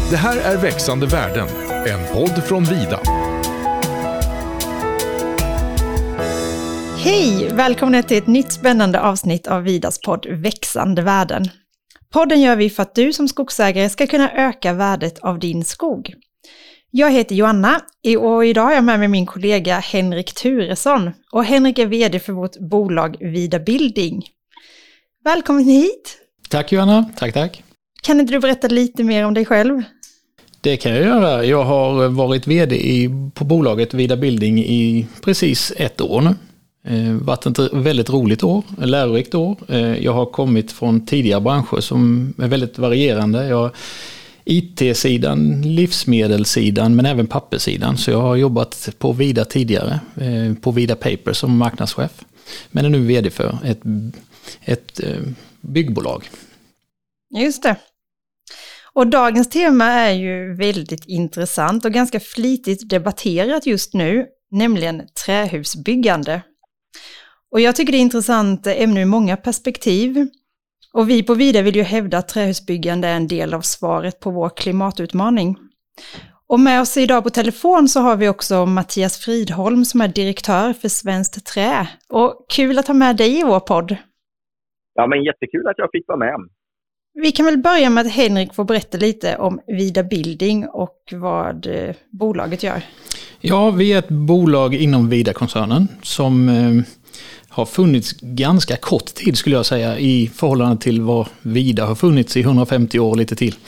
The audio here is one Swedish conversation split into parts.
Det här är Växande värden, en podd från Vida. Hej! Välkomna till ett nytt spännande avsnitt av Vidas podd Växande värden. Podden gör vi för att du som skogsägare ska kunna öka värdet av din skog. Jag heter Joanna och idag har jag med mig min kollega Henrik Turesson. Och Henrik är vd för vårt bolag Vida Building. Välkommen hit! Tack Joanna, tack. Kan inte du berätta lite mer om dig själv? Det kan jag göra. Jag har varit vd på bolaget Vida Building i precis 1 år nu. Varit ett väldigt roligt år, lärorikt år. Jag har kommit från tidigare branscher som är väldigt varierande. IT-sidan, livsmedelssidan men även papperssidan. Så jag har jobbat på Vida tidigare, på Vida Paper som marknadschef. Men är nu vd för ett byggbolag. Just det. Och dagens tema är ju väldigt intressant och ganska flitigt debatterat just nu, nämligen trähusbyggande. Och jag tycker det är intressant ämne ur många perspektiv. Och vi på Vida vill ju hävda att trähusbyggande är en del av svaret på vår klimatutmaning. Och med oss idag på telefon så har vi också Mattias Fridholm som är direktör för Svenskt Trä. Och kul att ha med dig i vår podd. Ja, men jättekul att jag fick vara med. Vi kan väl börja med att Henrik får berätta lite om Vida Building och vad bolaget gör. Ja, vi är ett bolag inom Vida-koncernen som har funnits ganska kort tid skulle jag säga i förhållande till vad Vida har funnits i 150 år lite till.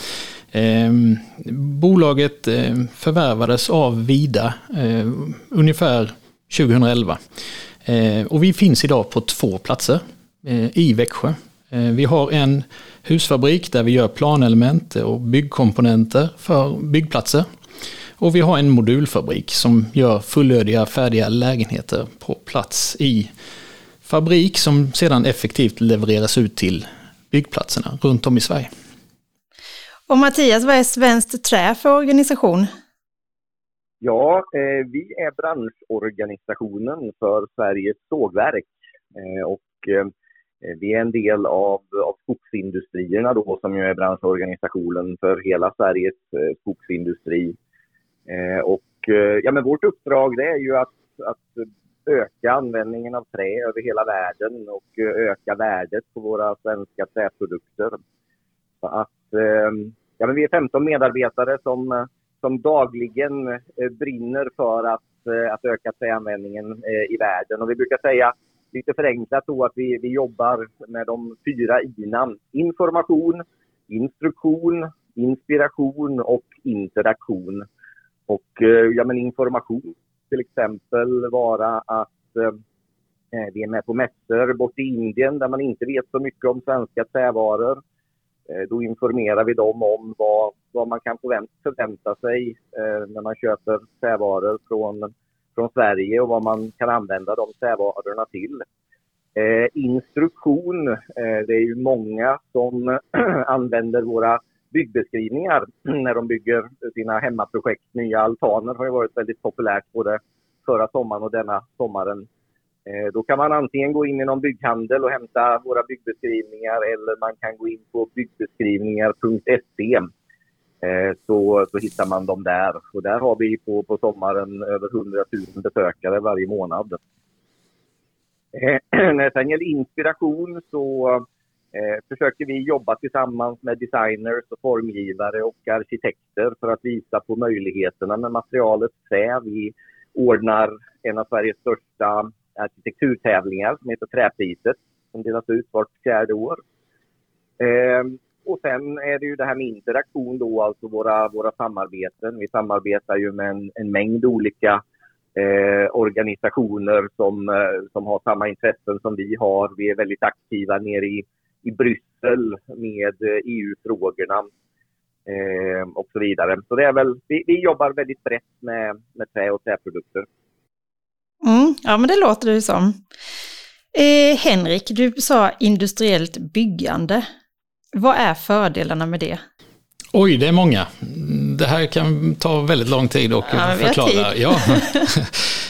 Bolaget förvärvades av Vida ungefär 2011 och vi finns idag på 2 platser i Växjö. Vi har en husfabrik där vi gör planelement och byggkomponenter för byggplatser. Och vi har en modulfabrik som gör fullödiga färdiga lägenheter på plats i fabrik som sedan effektivt levereras ut till byggplatserna runt om i Sverige. Och Mattias, vad är Svenskt Trä för organisation? Ja, vi är branschorganisationen för Sveriges sågverk och vi är en del av skogsindustrierna då, som ju är branschorganisationen för hela Sveriges skogsindustri. Men vårt uppdrag det är ju att öka användningen av trä över hela världen och öka värdet på våra svenska träprodukter. Så att, vi är 15 medarbetare som dagligen brinner för att öka träanvändningen i världen. Och vi brukar säga lite förenklat då att vi jobbar med de 4 I-namn. Information, instruktion, inspiration och interaktion. Och information till exempel vara att vi är med på mässor bort i Indien där man inte vet så mycket om svenska trävaror. Då informerar vi dem om vad man kan förvänta sig när man köper trävaror från Sverige och vad man kan använda de trävarorna till. Instruktion, det är ju många som använder våra byggbeskrivningar när de bygger sina hemmaprojekt. Nya altaner har ju varit väldigt populärt både förra sommaren och denna sommaren. Då kan man antingen gå in i någon bygghandel och hämta våra byggbeskrivningar eller man kan gå in på byggbeskrivningar.se. Så hittar man dem där. Och där har vi på sommaren över 100 000 besökare varje månad. När det sen gäller inspiration så försöker vi jobba tillsammans med designers och formgivare och arkitekter för att visa på möjligheterna med materialet trä. Vi ordnar en av Sveriges största arkitekturtävlingar som heter Träpriset som delas ut vart 4:e år. Och sen är det ju det här med interaktion då, alltså våra samarbeten. Vi samarbetar ju med en mängd olika organisationer som har samma intressen som vi har. Vi är väldigt aktiva nere i Bryssel med EU-frågorna och så vidare. Så det är väl, vi jobbar väldigt brett med trä och träprodukter. Ja, men det låter det som. Henrik, du sa industriellt byggande. Vad är fördelarna med det? Oj, det är många. Det här kan ta väldigt lång tid att förklara. Ja.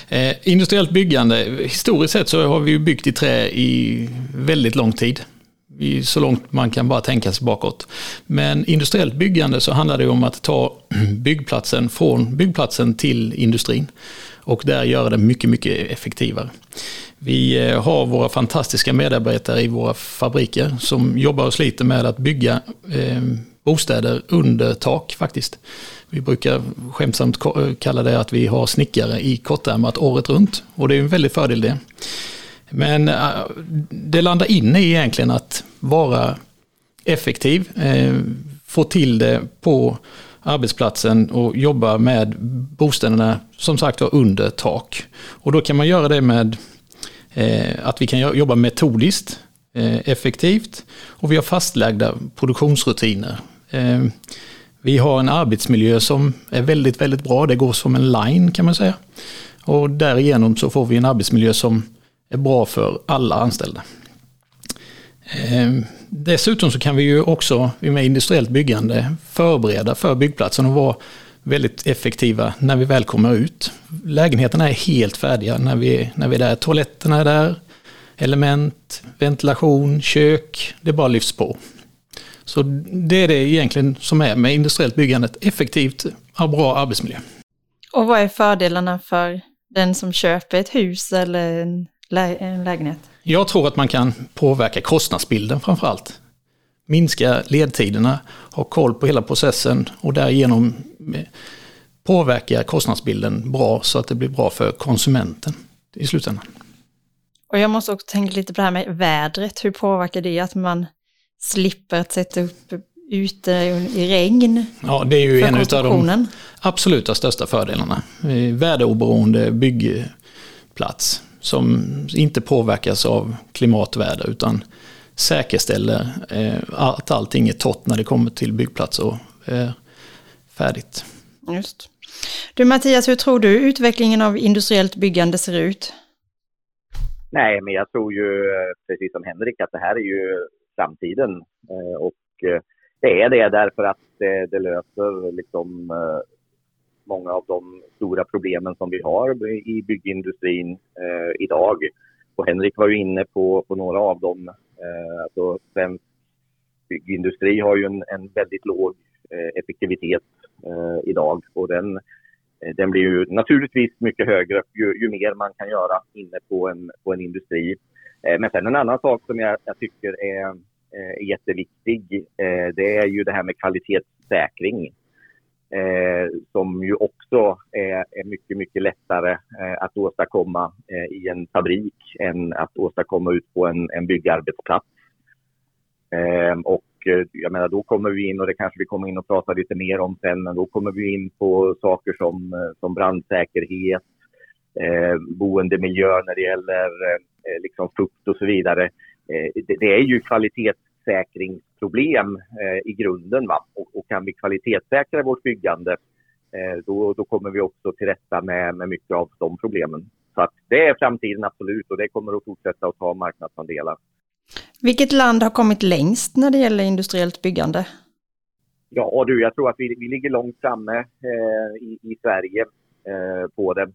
Industriellt byggande, historiskt sett så har vi ju byggt i trä i väldigt lång tid. så långt man kan bara tänka sig bakåt. Men industriellt byggande så handlar det om att ta byggplatsen från byggplatsen till industrin och där göra det mycket, mycket effektivare. Vi har våra fantastiska medarbetare i våra fabriker som jobbar och sliter med att bygga bostäder under tak faktiskt. Vi brukar skämtsamt kalla det att vi har snickare i kortärmat året runt och det är en väldigt fördel det. Men det landar in i egentligen att vara effektiv, få till det på arbetsplatsen och jobba med bostäderna som sagt under tak. Och då kan man göra det med att vi kan jobba metodiskt, effektivt och vi har fastlagda produktionsrutiner. Vi har en arbetsmiljö som är väldigt, väldigt bra. Det går som en line kan man säga. Och därigenom så får vi en arbetsmiljö som är bra för alla anställda. Dessutom så kan vi ju också med industriellt byggande förbereda för byggplatsen och vara väldigt effektiva när vi väl kommer ut. Lägenheterna är helt färdiga när vi är där. Toaletterna är där, element, ventilation, kök, det bara lyfts på. Så det är det egentligen som är med industriellt byggandet, effektivt och bra arbetsmiljö. Och vad är fördelarna för den som köper ett hus eller en lägenhet? Jag tror att man kan påverka kostnadsbilden framför allt. Minska ledtiderna, ha koll på hela processen och därigenom påverka kostnadsbilden bra så att det blir bra för konsumenten i slutändan. Och jag måste också tänka lite på det här med vädret. Hur påverkar det att man slipper att sätta upp ute i regn? Ja, det är ju en av de absoluta största fördelarna. Väderoberoende byggplats som inte påverkas av klimatväder utan säkerställer att allting är torrt när det kommer till byggplats och är färdigt. Just. Du Mattias, hur tror du utvecklingen av industriellt byggande ser ut? Nej, men jag tror ju precis som Henrik att det här är ju framtiden och det är det därför att det löser liksom många av de stora problemen som vi har i byggindustrin idag. Och Henrik var ju inne på några av dem. Alltså svensk byggindustri har ju en väldigt låg effektivitet idag och den blir ju naturligtvis mycket högre ju mer man kan göra inne på en industri. Men sen en annan sak som jag tycker är jätteviktig, det är ju det här med kvalitetssäkring. Som ju också är mycket, mycket lättare att åstadkomma i en fabrik än att åstadkomma ut på en byggarbetsplats. Och jag menar, då kommer vi in, och det kanske vi kommer in och prata lite mer om sen, men då kommer vi in på saker som brandsäkerhet, boendemiljö när det gäller liksom fukt och så vidare. Det är ju kvalitetssäkringsproblem i grunden, va? Och kan vi kvalitetssäkra vårt byggande då kommer vi också till rätta med mycket av de problemen. Så att det är framtiden absolut, och det kommer att fortsätta att ta marknadsandelar. Vilket land har kommit längst när det gäller industriellt byggande? Ja du, jag tror att vi ligger långt framme i Sverige på det.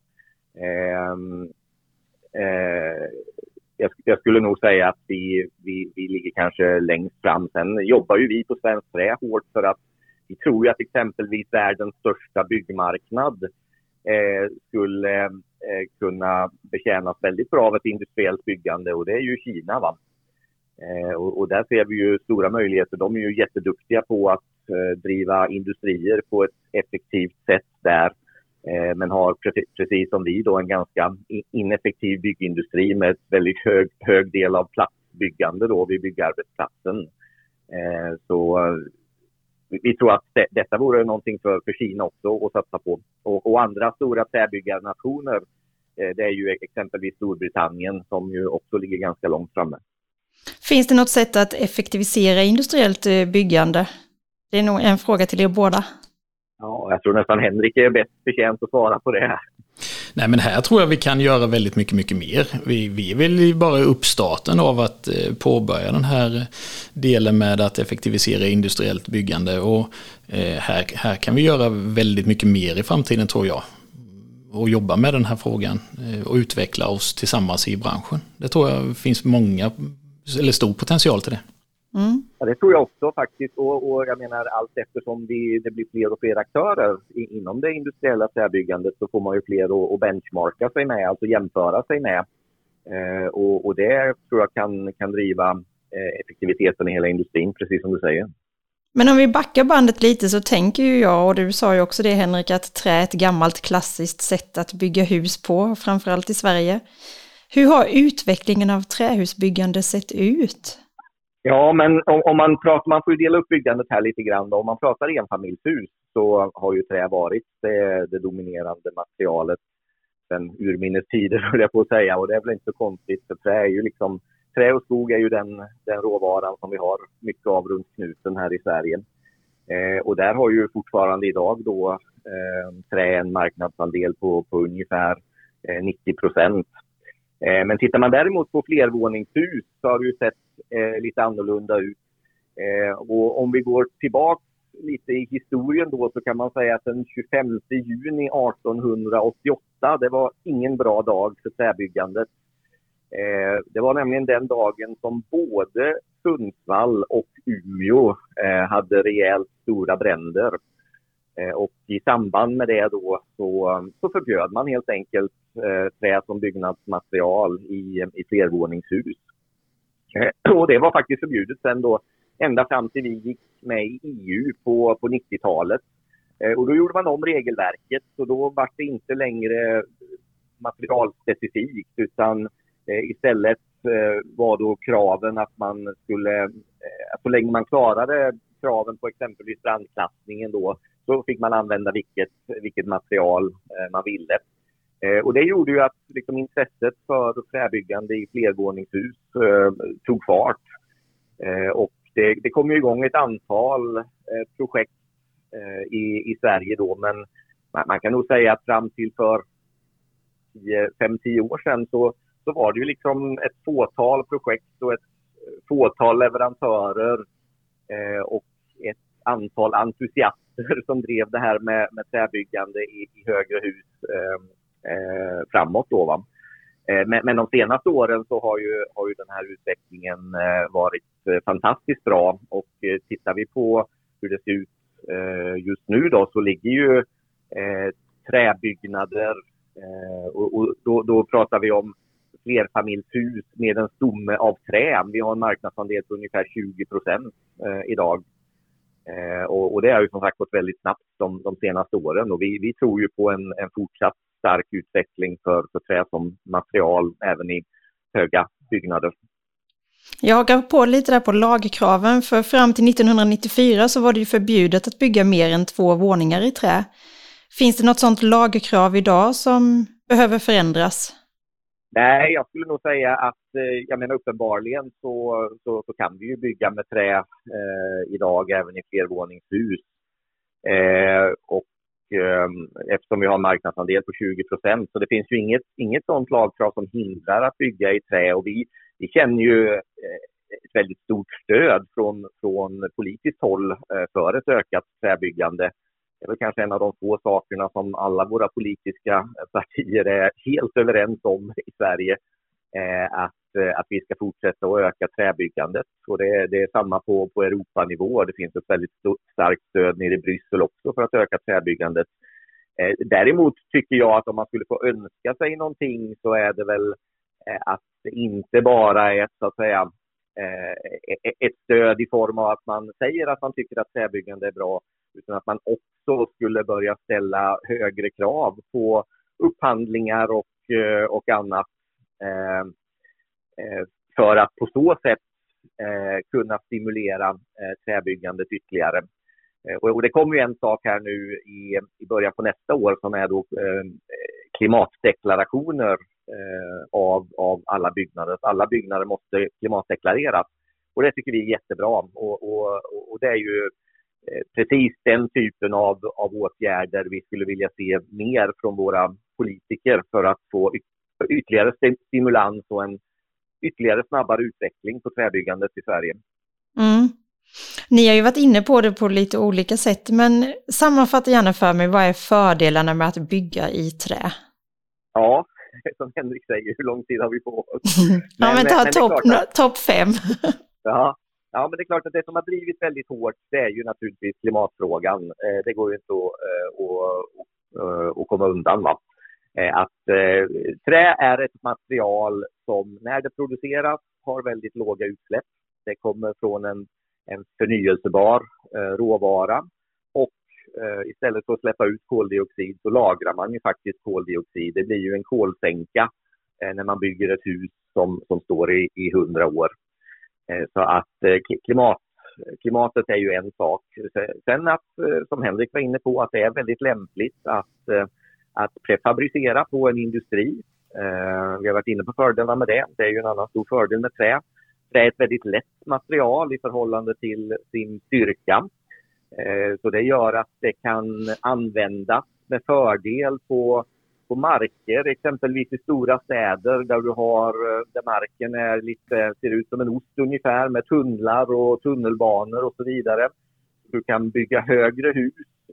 Jag skulle nog säga att vi ligger kanske längst fram. Sen jobbar ju vi på Svenskt Trä hårt för att vi tror ju att exempelvis världens största byggmarknad skulle kunna betjänas väldigt bra av ett industriellt byggande, och det är ju Kina, va? Och där ser vi ju stora möjligheter. De är ju jätteduktiga på att driva industrier på ett effektivt sätt där. Men har precis som vi då en ganska ineffektiv byggindustri med ett väldigt hög del av platsbyggande då vid byggarbetsplatsen. Så vi tror att detta vore någonting för Kina också att satsa på. Och andra stora träbyggarnationer, det är ju exempelvis Storbritannien som ju också ligger ganska långt framme. Finns det något sätt att effektivisera industriellt byggande? Det är nog en fråga till er båda. Ja, jag tror nästan Henrik är bäst förtjänt att svara på det här. Nej, men här tror jag vi kan göra väldigt mycket, mycket mer. Vi är väl bara i uppstarten av att påbörja den här delen med att effektivisera industriellt byggande, och här kan vi göra väldigt mycket mer i framtiden, tror jag. Och jobba med den här frågan och utveckla oss tillsammans i branschen. Det tror jag finns stor potential till det. Ja, det tror jag också faktiskt. Och jag menar, allt eftersom det blir fler och fler aktörer inom det industriella träbyggandet så får man ju fler att benchmarka sig med, alltså jämföra sig med. Och det tror jag kan driva effektiviteten i hela industrin, precis som du säger. Men om vi backar bandet lite så tänker ju jag, och du sa ju också det Henrik, att trä är ett gammalt klassiskt sätt att bygga hus på, framförallt i Sverige. Hur har utvecklingen av trähusbyggande sett ut? Ja, men om man får ju dela upp byggandet här lite grann då. Om man pratar enfamiljshus så har ju trä varit det dominerande materialet sedan urminnes tider, höll jag på att säga. Och det är väl inte så konstigt, för trä och skog är ju den råvaran som vi har mycket av runt knuten här i Sverige. Och där har ju fortfarande idag då trä en marknadsandel på ungefär 90%. Men tittar man däremot på flervåningshus så har det ju sett lite annorlunda ut. Och om vi går tillbaka lite i historien då så kan man säga att den 25 juni 1888, det var ingen bra dag för träbyggandet. Det var nämligen den dagen som både Sundsvall och Umeå hade rejält stora bränder. Och i samband med det då så förbjöd man helt enkelt trä som byggnadsmaterial i flervåningshus. Och det var faktiskt förbjudet sen då ända fram till vi gick med i EU på 90-talet. Och då gjorde man om regelverket, så då var det inte längre materialspecifikt utan istället var då kraven att man skulle, så länge man klarade kraven på exempelvis brandklassningen då, så fick man använda vilket material man ville. Och det gjorde ju att liksom intresset för träbyggande i flervåningshus tog fart. Och det kom ju igång ett antal projekt i Sverige då, men man kan nog säga att fram till för 5-10 år sedan så var det ju liksom ett fåtal projekt och ett fåtal leverantörer och ett antal entusiaster som drev det här med träbyggande i högre hus framåt då, va? Men de senaste åren så har ju den här utvecklingen varit fantastiskt bra, och tittar vi på hur det ser ut just nu då, så ligger ju träbyggnader och då pratar vi om flerfamiljshus med en stomme av trä. Vi har en marknadsandel på ungefär 20% idag. Och det har ju som sagt gått väldigt snabbt de senaste åren, och vi tror ju på en fortsatt stark utveckling för trä som material även i höga byggnader. Jag hakar på lite där på lagkraven, för fram till 1994 så var det ju förbjudet att bygga mer än 2 våningar i trä. Finns det något sådant lagkrav idag som behöver förändras? Nej, jag skulle nog säga att jag menar uppenbarligen så kan vi ju bygga med trä idag även i flervåningshus. Och eftersom vi har en marknadsandel på 20%, så det finns ju inget sådant lagkrav som hindrar att bygga i trä, och vi känner ju ett väldigt stort stöd från politiskt håll för ett ökat träbyggande. Det är väl kanske en av de få sakerna som alla våra politiska partier är helt överens om i Sverige, att vi ska fortsätta att öka träbyggandet. Och det är samma på Europanivå. Det finns ett väldigt starkt stöd nere i Bryssel också för att öka träbyggandet. Däremot tycker jag att om man skulle få önska sig någonting så är det väl att det inte bara är så att säga ett stöd i form av att man säger att man tycker att träbyggande är bra, utan att man också skulle börja ställa högre krav på upphandlingar och annat för att på så sätt kunna stimulera träbyggandet ytterligare. Och det kommer ju en sak här nu i början på nästa år som är då klimatdeklarationer av alla byggnader. Alla byggnader måste klimatdeklareras, och det tycker vi är jättebra, och det är ju precis den typen av åtgärder vi skulle vilja se mer från våra politiker för att få ytterligare stimulans och en ytterligare snabbare utveckling på träbyggandet i Sverige. Mm. Ni har ju varit inne på det på lite olika sätt, men sammanfatta gärna för mig, vad är fördelarna med att bygga i trä? Ja, som Henrik säger, hur lång tid har vi på oss? Men ta topp 5. Ja, Ja, men det är klart att det som har drivit väldigt hårt, det är ju naturligtvis klimatfrågan. Det går ju inte att komma undan, va? Trä är ett material som när det produceras har väldigt låga utsläpp. Det kommer från en förnyelsebar råvara och istället för att släppa ut koldioxid så lagrar man ju faktiskt koldioxid. Det blir ju en kolsänka när man bygger ett hus som står i 100 år. Så att klimatet är ju en sak. Sen att, som Henrik var inne på, att det är väldigt lämpligt att prefabricera på en industri. Vi har varit inne på fördelarna med det. Det är ju en annan stor fördel med trä. Trä är ett väldigt lätt material i förhållande till sin styrka. Så det gör att det kan användas med fördel på marker, exempelvis i stora städer där marken ser ut som en ost ungefär med tunnlar och tunnelbanor och så vidare. Du kan bygga högre hus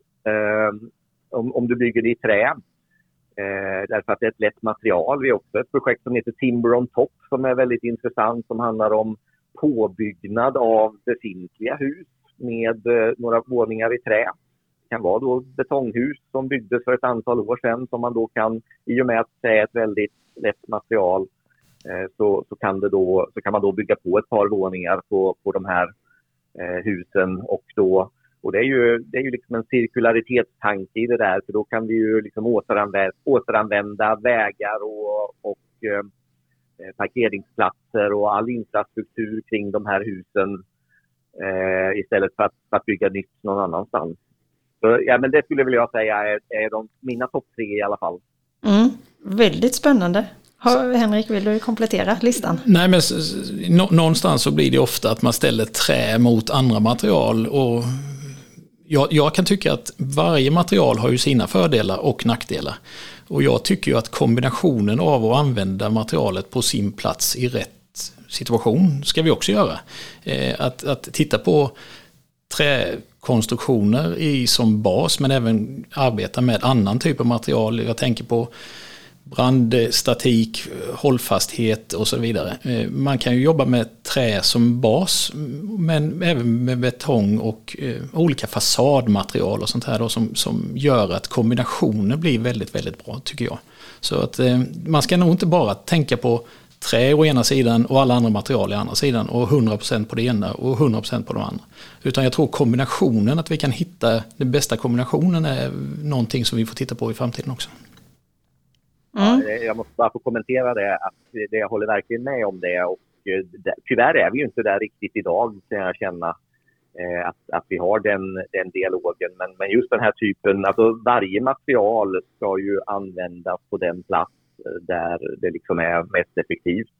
om du bygger det i trä. Därför att det är ett lätt material. Vi har också ett projekt som heter Timber on Top som är väldigt intressant, som handlar om påbyggnad av befintliga hus med några våningar i trä. Det kan vara då betonghus som byggdes för ett antal år sedan som man då kan, i och med att det är ett väldigt lätt material, så kan man då bygga på ett par våningar på de här husen, och det är ju liksom en cirkularitetstanke i det där, för då kan vi ju liksom återanvända vägar och parkeringsplatser och all infrastruktur kring de här husen istället för att bygga nytt någon annanstans. Så, ja, men det skulle jag säga är mina topp 3 i alla fall. Väldigt spännande. Henrik, vill du komplettera listan? Nej, men någonstans så blir det ofta att man ställer trä mot andra material, och jag kan tycka att varje material har ju sina fördelar och nackdelar. Och jag tycker ju att kombinationen av att använda materialet på sin plats i rätt situation ska vi också göra. Att titta på träkonstruktioner som bas, men även arbeta med annan typ av material. Jag tänker på brandstatik, hållfasthet och så vidare. Man kan ju jobba med trä som bas, men även med betong och olika fasadmaterial och sånt här då, som gör att kombinationen blir väldigt, väldigt bra, tycker jag. Så att man ska nog inte bara tänka på trä å ena sidan och alla andra material å andra sidan och 100% på det ena och 100% på de andra. Utan jag tror kombinationen, att vi kan hitta den bästa kombinationen, är någonting som vi får titta på i framtiden också. Ja, jag måste bara få kommentera det, att jag håller verkligen med om det, och tyvärr är vi ju inte där riktigt idag, kan jag känna, att vi har den dialogen, men just den här typen, alltså varje material ska ju användas på den plats där det liksom är mest effektivt.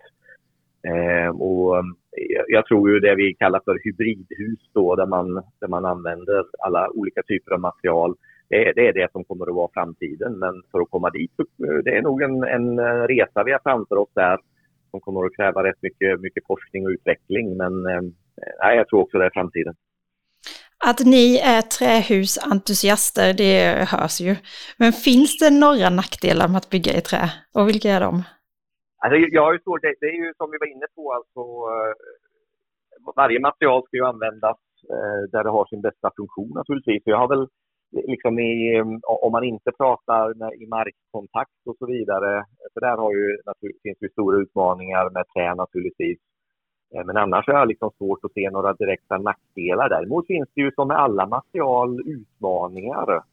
Och jag tror ju det vi kallar för hybridhus då, där man använder alla olika typer av material. Det är det som kommer att vara framtiden, men för att komma dit, det är nog en resa vi har framför oss där som kommer att kräva rätt mycket forskning och utveckling, men jag tror också det är framtiden. Att ni är trähusentusiaster, det hörs ju. Men finns det några nackdelar med att bygga i trä? Och vilka är de? Alltså, det är ju som vi var inne på, alltså, varje material ska ju användas där det har sin bästa funktion naturligtvis. Jag har väl liksom om man inte pratar i markkontakt och så vidare, för där finns ju stora utmaningar med trä naturligtvis. Men annars är det liksom svårt att se några direkta nackdelar. Däremot finns det ju som med alla material utmaningar.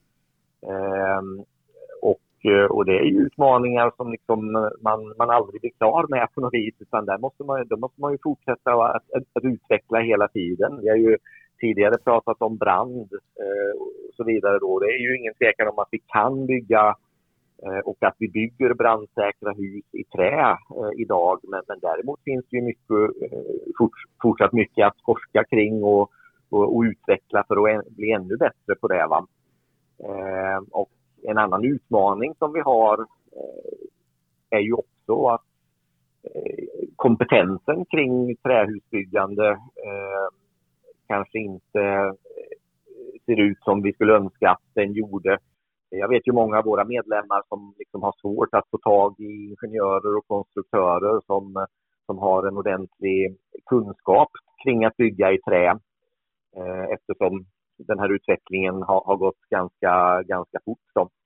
Och det är ju utmaningar som liksom man aldrig blir klar med på något vis. Utan då måste man ju fortsätta att utveckla hela tiden. Vi har ju tidigare pratat om brand och så vidare då. Det är ju ingen tvekan om att vi kan bygga och att vi bygger brandsäkra hus i trä idag. Men däremot finns det ju fortsatt mycket att forska kring och utveckla för att bli ännu bättre på det. Va? Och en annan utmaning som vi har är ju också att kompetensen kring trähusbyggande kanske inte ser ut som vi skulle önska att den gjorde. Jag vet ju många av våra medlemmar som liksom har svårt att få tag i ingenjörer och konstruktörer som har en ordentlig kunskap kring att bygga i trä eftersom den här utvecklingen har gått ganska fort.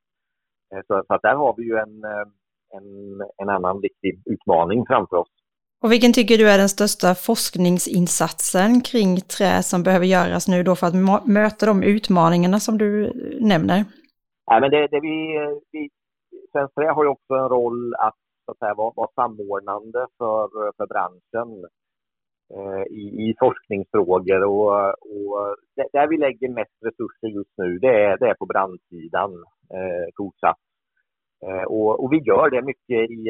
Så att där har vi ju en annan viktig utmaning framför oss. Och vilken tycker du är den största forskningsinsatsen kring trä som behöver göras nu då för att möta de utmaningarna som du nämner? Ja, men Svenskt Trä har ju också en roll att, så att säga, vara samordnande för branschen i forskningsfrågor och där vi lägger mest resurser just nu det är på brandsidan fortsatt. Och vi gör det mycket i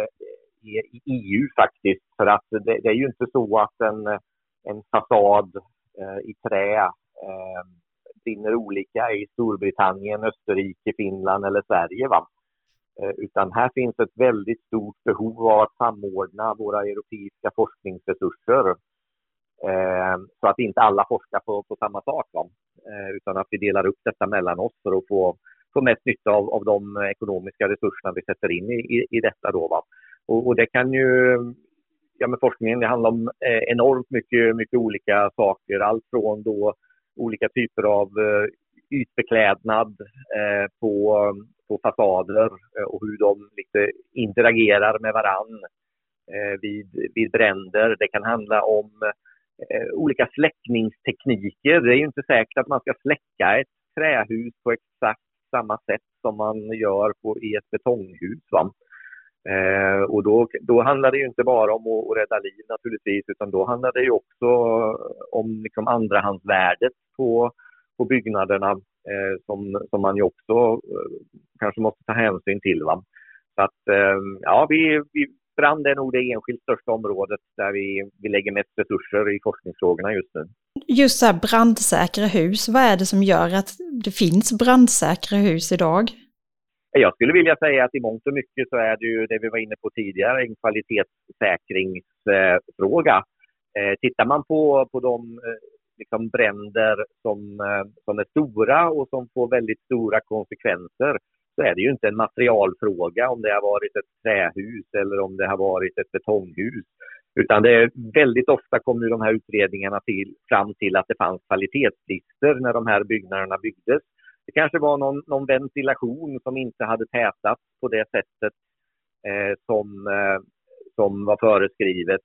EU faktiskt, för att det är ju inte så att en fasad i trä brinner olika i Storbritannien, Österrike, Finland eller Sverige, va? Utan här finns ett väldigt stort behov av att samordna våra europeiska forskningsresurser så att inte alla forskar på samma sak, va? Utan att vi delar upp detta mellan oss för att få mest nytta av de ekonomiska resurserna vi sätter in i detta då, va? Och det kan ju, med forskningen, det handlar om enormt mycket olika saker. Allt från då olika typer av ytbeklädnad på fasader och hur de lite interagerar med varann vid bränder. Det kan handla om olika släckningstekniker. Det är ju inte säkert att man ska släcka ett trähus på exakt samma sätt som man gör i ett betonghus, va? Och då handlar det ju inte bara om att rädda liv naturligtvis, utan då handlar det ju också om liksom andrahandsvärdet på byggnaderna som man ju också kanske måste ta hänsyn till, va? Så att brand är nog det enskilt största området där vi lägger mest resurser i forskningsfrågorna just nu. Just så här brandsäkra hus, vad är det som gör att det finns brandsäkra hus idag? Jag skulle vilja säga att i mångt och mycket så är det ju det vi var inne på tidigare, en kvalitetssäkringsfråga. Tittar man på de liksom bränder som är stora och som får väldigt stora konsekvenser, så är det ju inte en materialfråga om det har varit ett trähus eller om det har varit ett betonghus. Utan det är väldigt ofta kommer de här utredningarna fram till att det fanns kvalitetsbrister när de här byggnaderna byggdes. Det kanske var någon ventilation som inte hade tätats på det sättet som var föreskrivet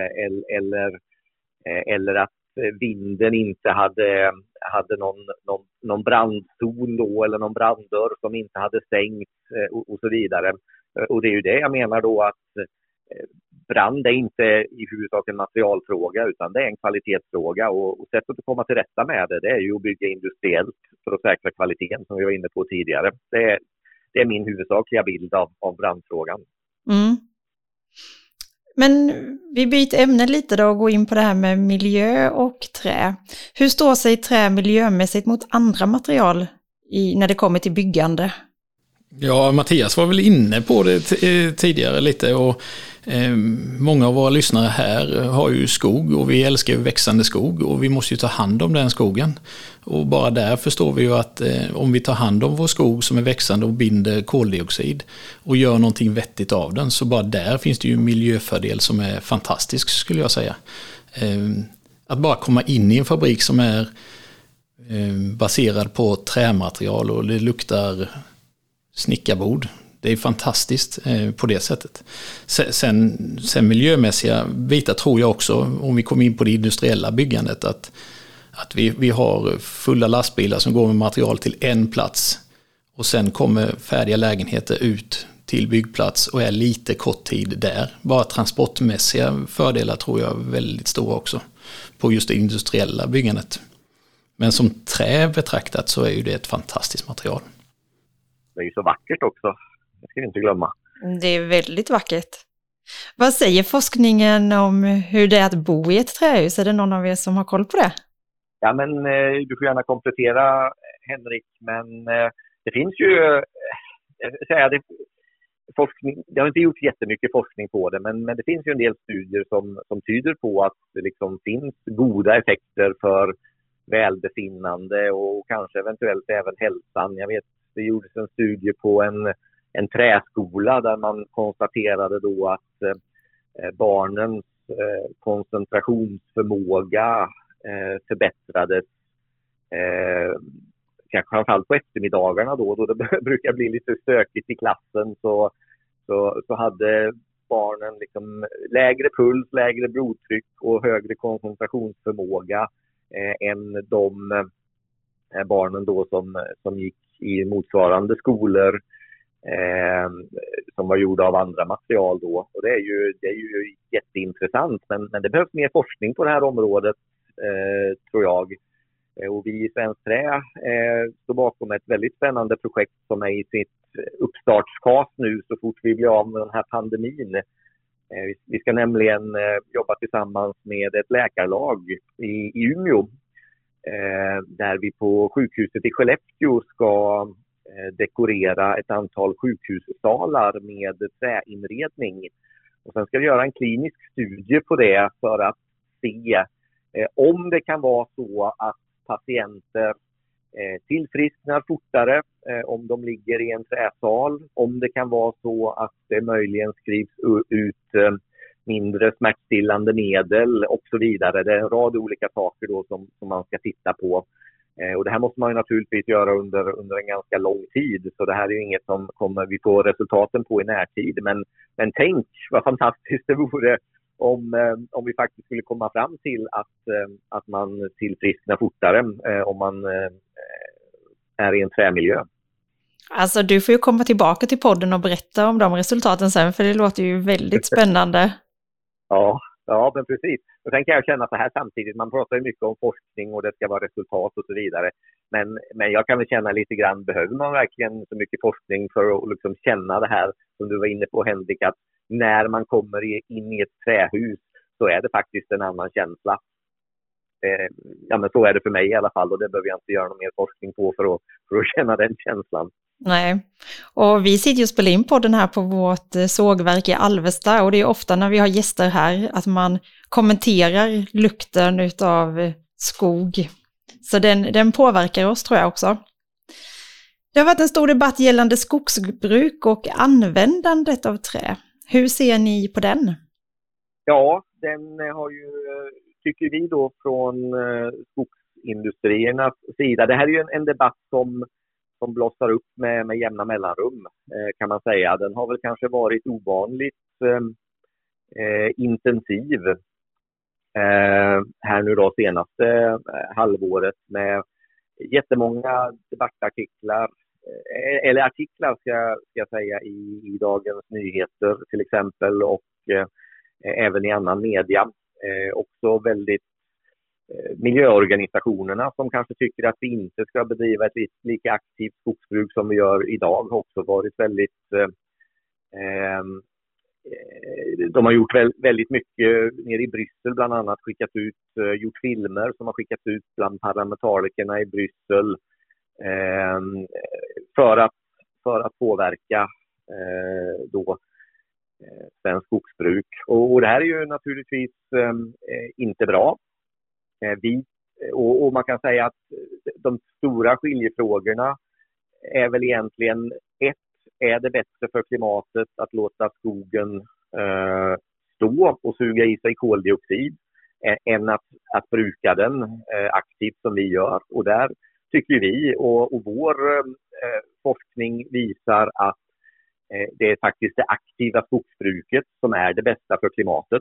eller att vinden inte hade någon brandzon då, eller någon branddörr som inte hade stängt och så vidare. Och det är ju det jag menar då, att brand är inte i huvudsak en materialfråga, utan det är en kvalitetsfråga, och sättet att komma till rätta med det är ju att bygga industriellt för att säkra kvaliteten som vi var inne på tidigare. Det är min huvudsakliga bild av brandfrågan. Mm. Men vi byter ämne lite då och går in på det här med miljö och trä. Hur står sig trä miljömässigt mot andra material när det kommer till byggande? Ja, Mattias var väl inne på det tidigare lite, och många av våra lyssnare här har ju skog, och vi älskar ju växande skog, och vi måste ju ta hand om den skogen. Och bara där förstår vi ju att om vi tar hand om vår skog som är växande och binder koldioxid och gör någonting vettigt av den, så bara där finns det ju en miljöfördel som är fantastisk, skulle jag säga. Att bara komma in i en fabrik som är baserad på trämaterial och det luktar snickarbord. Det är fantastiskt på det sättet. Sen miljömässiga bitar tror jag också, om vi kommer in på det industriella byggandet, att vi har fulla lastbilar som går med material till en plats, och sen kommer färdiga lägenheter ut till byggplats och är lite kort tid där. Bara transportmässiga fördelar tror jag är väldigt stora också på just det industriella byggandet. Men som trä betraktat så är ju det ett fantastiskt material. Det är ju så vackert också, det ska vi inte glömma. Det är väldigt vackert. Vad säger forskningen om hur det är att bo i ett trähus? Är det någon av er som har koll på det? Ja, men du får gärna komplettera, Henrik, men det finns ju, forskning, det har inte gjort jättemycket forskning på det, men det finns ju en del studier som tyder på att det liksom finns goda effekter för välbefinnande och kanske eventuellt även hälsan. Jag vet, det gjordes en studie på en träskola där man konstaterade då att barnens koncentrationsförmåga förbättrades. Kanske framförallt på eftermiddagarna då det brukar bli lite stökigt i klassen, så hade barnen liksom lägre puls, lägre blodtryck och högre koncentrationsförmåga än de barnen då som gick i motsvarande skolor som var gjorda av andra material då. Och det är ju jätteintressant, men det behövs mer forskning på det här området, tror jag. Och vi i Svenskt Trä står bakom ett väldigt spännande projekt som är i sitt uppstartsfas nu så fort vi blir av med den här pandemin. Vi ska nämligen jobba tillsammans med ett läkarlag i Umeå, där vi på sjukhuset i Skellefteå ska dekorera ett antal sjukhussalar med träinredning. Och sen ska vi göra en klinisk studie på det för att se om det kan vara så att patienter tillfrisknar fortare om de ligger i en träsal, om det kan vara så att det möjligen skrivs ut mindre smärtstillande medel och så vidare. Det är en rad olika saker då som man ska titta på. Och det här måste man ju naturligtvis göra under en ganska lång tid, så det här är ju inget som kommer vi få resultaten på i närtid. Men tänk vad fantastiskt det vore om vi faktiskt skulle komma fram till att man tillfrisknar fortare om man är i en trämiljö. Alltså du får ju komma tillbaka till podden och berätta om de resultaten sen, för det låter ju väldigt spännande. Ja, men precis. Och sen kan jag känna så här samtidigt, man pratar ju mycket om forskning och det ska vara resultat och så vidare. Men jag kan väl känna lite grann, behöver man verkligen så mycket forskning för att liksom känna det här som du var inne på, Henrik, att när man kommer in i ett trähus så är det faktiskt en annan känsla. Ja, men så är det för mig i alla fall, och det behöver jag inte göra någon mer forskning på för att känna den känslan. Nej, och vi sitter ju och spelar in podden här på vårt sågverk i Alvesta, och det är ofta när vi har gäster här att man kommenterar lukten utav skog. Så den påverkar oss, tror jag också. Det har varit en stor debatt gällande skogsbruk och användandet av trä. Hur ser ni på den? Ja, den har ju, tycker vi då från skogsindustriernas sida, det här är ju en debatt som blossar upp med jämna mellanrum, kan man säga. Den har väl kanske varit ovanligt intensiv här nu då senaste halvåret, med jättemånga debattartiklar, eller artiklar ska jag säga, i Dagens Nyheter till exempel, och även i annan media. Också väldigt miljöorganisationerna som kanske tycker att vi inte ska bedriva ett lika aktivt skogsbruk som vi gör idag har också varit väldigt de har gjort väldigt mycket nere i Bryssel, bland annat gjort filmer som har skickats ut bland parlamentarikerna i Bryssel för att påverka svensk skogsbruk. Och det här är ju naturligtvis inte bra. Och man kan säga att de stora skiljefrågorna är väl egentligen: är det bättre för klimatet att låta skogen stå och suga i sig koldioxid än att bruka den aktivt som vi gör? Och där tycker vi, och vår forskning visar att det är faktiskt det aktiva skogsbruket som är det bästa för klimatet.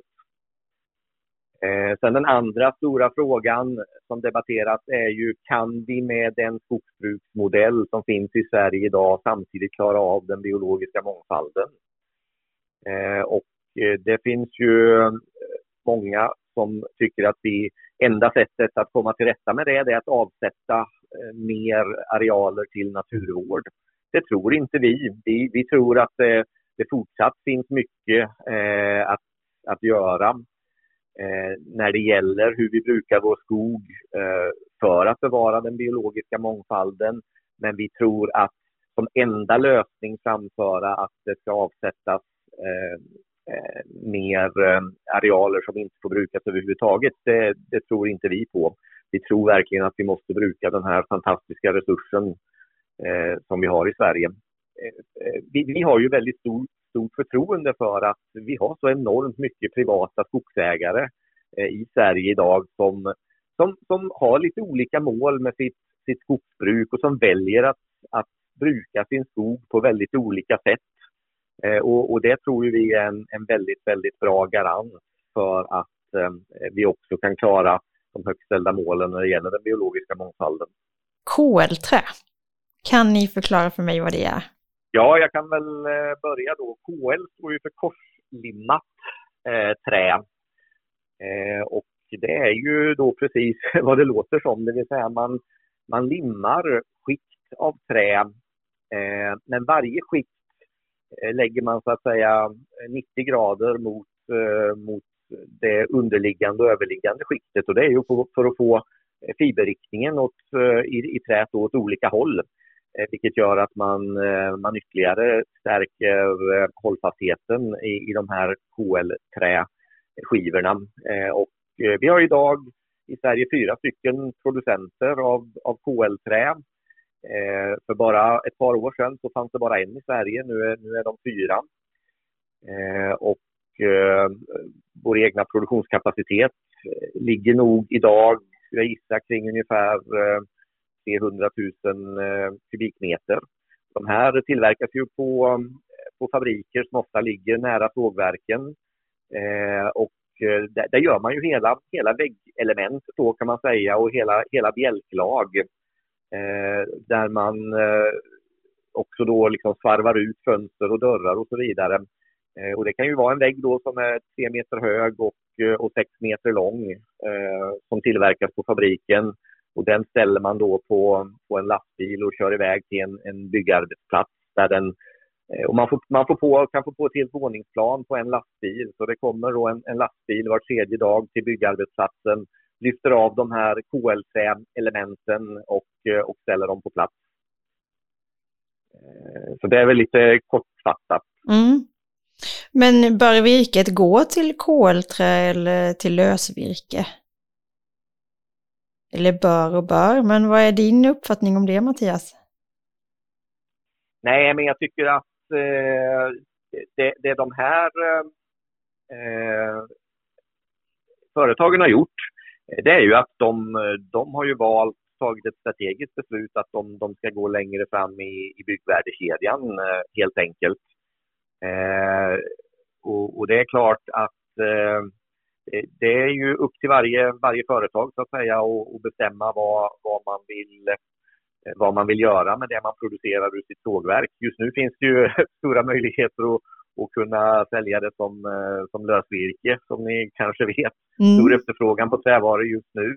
Sen den andra stora frågan som debatteras är ju: kan vi med den skogsbruksmodell som finns i Sverige idag samtidigt klara av den biologiska mångfalden? Och det finns ju många som tycker att enda sättet att komma till rätta med det är att avsätta mer arealer till naturvård. Det tror inte vi. Vi tror att det fortsatt finns mycket att göra när det gäller hur vi brukar vår skog för att bevara den biologiska mångfalden. Men vi tror att som enda lösning framföra att det ska avsättas mer arealer som inte får brukas överhuvudtaget, det tror inte vi på. Vi tror verkligen att vi måste bruka den här fantastiska resursen som vi har i Sverige. Vi har ju väldigt stort förtroende för att vi har så enormt mycket privata skogsägare i Sverige idag som har lite olika mål med sitt skogsbruk och som väljer att bruka sin skog på väldigt olika sätt. Och det tror vi är en väldigt, väldigt bra garant för att vi också kan klara de högt ställda målen när det gäller den biologiska mångfalden. KL-trä. Kan ni förklara för mig vad det är? Ja, jag kan väl börja då. KL står ju för korslimmat trä. Och det är ju då precis vad det låter som. Det vill säga man limmar skikt av trä. Men varje skikt lägger man så att säga 90 grader mot det underliggande och överliggande skiktet. Och det är ju för att få fiberriktningen i trät åt olika håll. Vilket gör att man ytterligare stärker hållfastheten i de här KL-träskivorna. Och vi har idag i Sverige 4 stycken producenter av KL-trä. För bara ett par år sedan så fanns det bara en i Sverige, nu är de 4. Och vår egna produktionskapacitet ligger nog idag, jag gissar, kring ungefär 300 000 kubikmeter. De här tillverkas ju på fabriker som ofta ligger nära sågverken. Och där gör man ju hela väggelementet då, kan man säga, och hela bjälklag. Där man också då liksom svarvar ut fönster och dörrar och så vidare. Och det kan ju vara en vägg då som är 3 meter hög och 6 meter lång som tillverkas på fabriken. Och den ställer man då på en lastbil och kör iväg till en byggarbetsplats där och man kan få på ett helt våningsplan på en lastbil. Så det kommer då en lastbil var 3:e dag till byggarbetsplatsen, lyfter av de här KL-elementen och ställer dem på plats. Så det är väl lite kortfattat. Mm. Men bör virket gå till KL-trä eller till lösvirke? Eller bör, men vad är din uppfattning om det, Mattias? Nej, men jag tycker att det de här företagen har gjort, det är ju att de har ju tagit ett strategiskt beslut att de ska gå längre fram i byggvärdekedjan helt enkelt. Och det är klart att det är ju upp till varje företag så att säga att bestämma vad man vill göra med det man producerar ur sitt sågverk. Just nu finns det ju stora möjligheter att kunna sälja det som lösvirke, som ni kanske vet. Stor efterfrågan på trävaror just nu.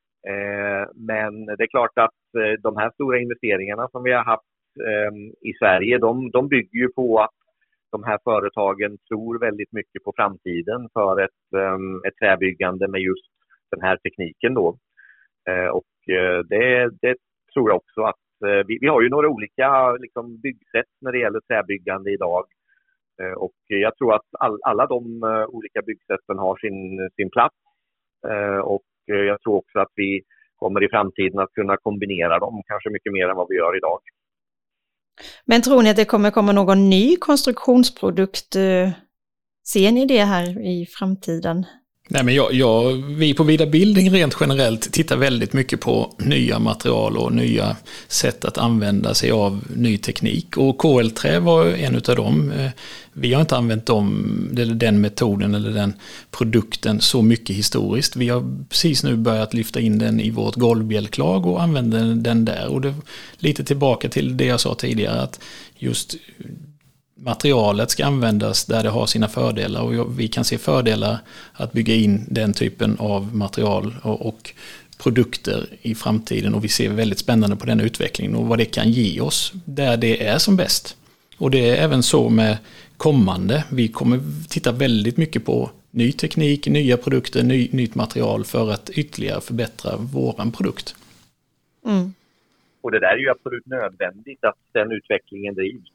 Men det är klart att de här stora investeringarna som vi har haft i Sverige, de bygger ju på att de här företagen tror väldigt mycket på framtiden för ett träbyggande med just den här tekniken då. Och det tror jag också att vi har ju några olika liksom byggsätt när det gäller träbyggande idag. Och jag tror att alla de olika byggsätten har sin plats. Och jag tror också att vi kommer i framtiden att kunna kombinera dem kanske mycket mer än vad vi gör idag. Men tror ni att det kommer komma någon ny konstruktionsprodukt? Ser ni det här i framtiden? Nej, men vi på Vida Building rent generellt tittar väldigt mycket på nya material och nya sätt att använda sig av ny teknik. Och KL-trä var en av dem. Vi har inte använt den metoden eller den produkten så mycket historiskt. Vi har precis nu börjat lyfta in den i vårt golvbjälklag och använda den där. Och det lite tillbaka till det jag sa tidigare, att just materialet ska användas där det har sina fördelar, och vi kan se fördelar att bygga in den typen av material och produkter i framtiden, och vi ser väldigt spännande på den utvecklingen och vad det kan ge oss där det är som bäst. Och det är även så med kommande. Vi kommer titta väldigt mycket på ny teknik, nya produkter, nytt material för att ytterligare förbättra våran produkt. Mm. Och det där är ju absolut nödvändigt att den utvecklingen drivs.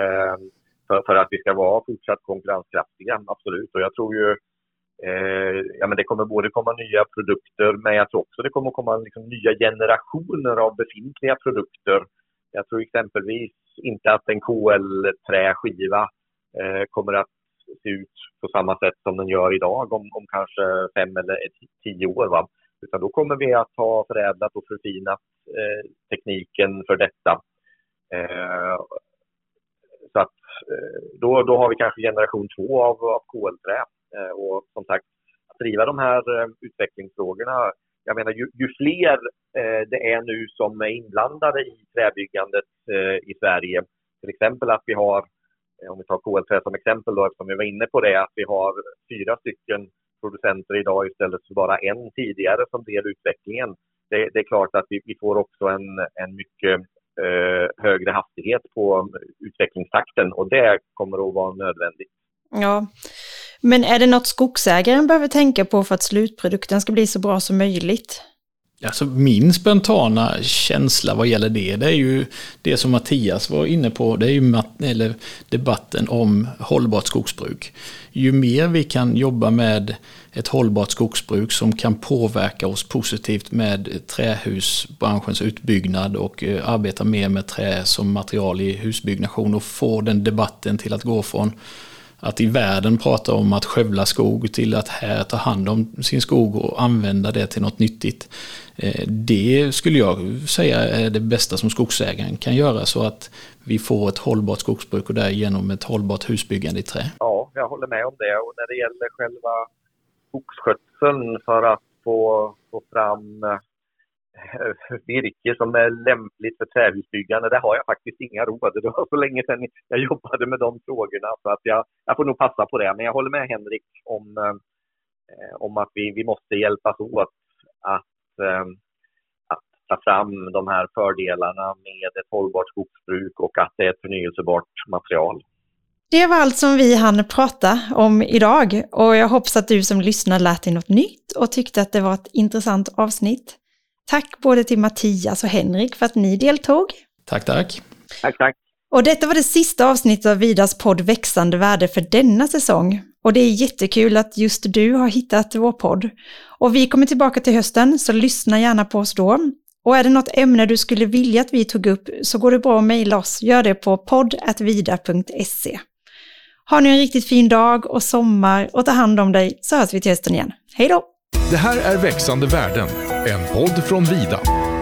För att vi ska vara fortsatt konkurrenskraftiga, absolut. Och jag tror ju men det kommer både komma nya produkter, men jag tror också det kommer komma liksom nya generationer av befintliga produkter. Jag tror exempelvis inte att en KL-träskiva kommer att se ut på samma sätt som den gör idag om kanske 5 eller 10 år. Va? Utan då kommer vi att ha förädlat och förfinat tekniken för detta. Så att då har vi kanske generation 2 av kolträ. Och som sagt, att driva de här utvecklingsfrågorna, jag menar ju fler det är nu som är inblandade i träbyggandet i Sverige. Till exempel att vi har, om vi tar kolträ som exempel då, eftersom vi var inne på det, att vi har 4 stycken producenter idag istället för bara en tidigare som del utvecklingen. Det är klart att vi får också en mycket högre hastighet på utvecklingstakten, och det kommer att vara nödvändigt. Ja, men är det något skogsägaren behöver tänka på för att slutprodukten ska bli så bra som möjligt? Alltså min spontana känsla vad gäller det är ju det som Mattias var inne på, det är ju debatten om hållbart skogsbruk. Ju mer vi kan jobba med ett hållbart skogsbruk som kan påverka oss positivt med trähusbranschens utbyggnad och arbeta mer med trä som material i husbyggnation och få den debatten till att gå från att i världen prata om att skövla skog till att här ta hand om sin skog och använda det till något nyttigt. Det skulle jag säga är det bästa som skogsägaren kan göra, så att vi får ett hållbart skogsbruk och därigenom ett hållbart husbyggande i trä. Ja, jag håller med om det. Och när det gäller själva skogsskötseln för att få fram virke som är lämpligt för trähusbyggande, där har jag faktiskt inga råd. Det var så länge sedan jag jobbade med de frågorna, så att jag får nog passa på det. Men jag håller med Henrik om att vi måste hjälpas åt att ta fram de här fördelarna med ett hållbart skogsbruk och att det är ett förnyelsebart material. Det var allt som vi hann prata om idag, och jag hoppas att du som lyssnar lät dig något nytt och tyckte att det var ett intressant avsnitt. Tack både till Mattias och Henrik för att ni deltog. Tack. Tack. Och detta var det sista avsnittet av Vidas podd Växande värde för denna säsong. Och det är jättekul att just du har hittat vår podd. Och vi kommer tillbaka till hösten, så lyssna gärna på oss då. Och är det något ämne du skulle vilja att vi tog upp, så går det bra att mejla oss. Gör det på podd@vida.se. Ha nu en riktigt fin dag och sommar, och ta hand om dig, så hörs vi till hösten igen. Hej då! Det här är Växande värden, en podd från Vida.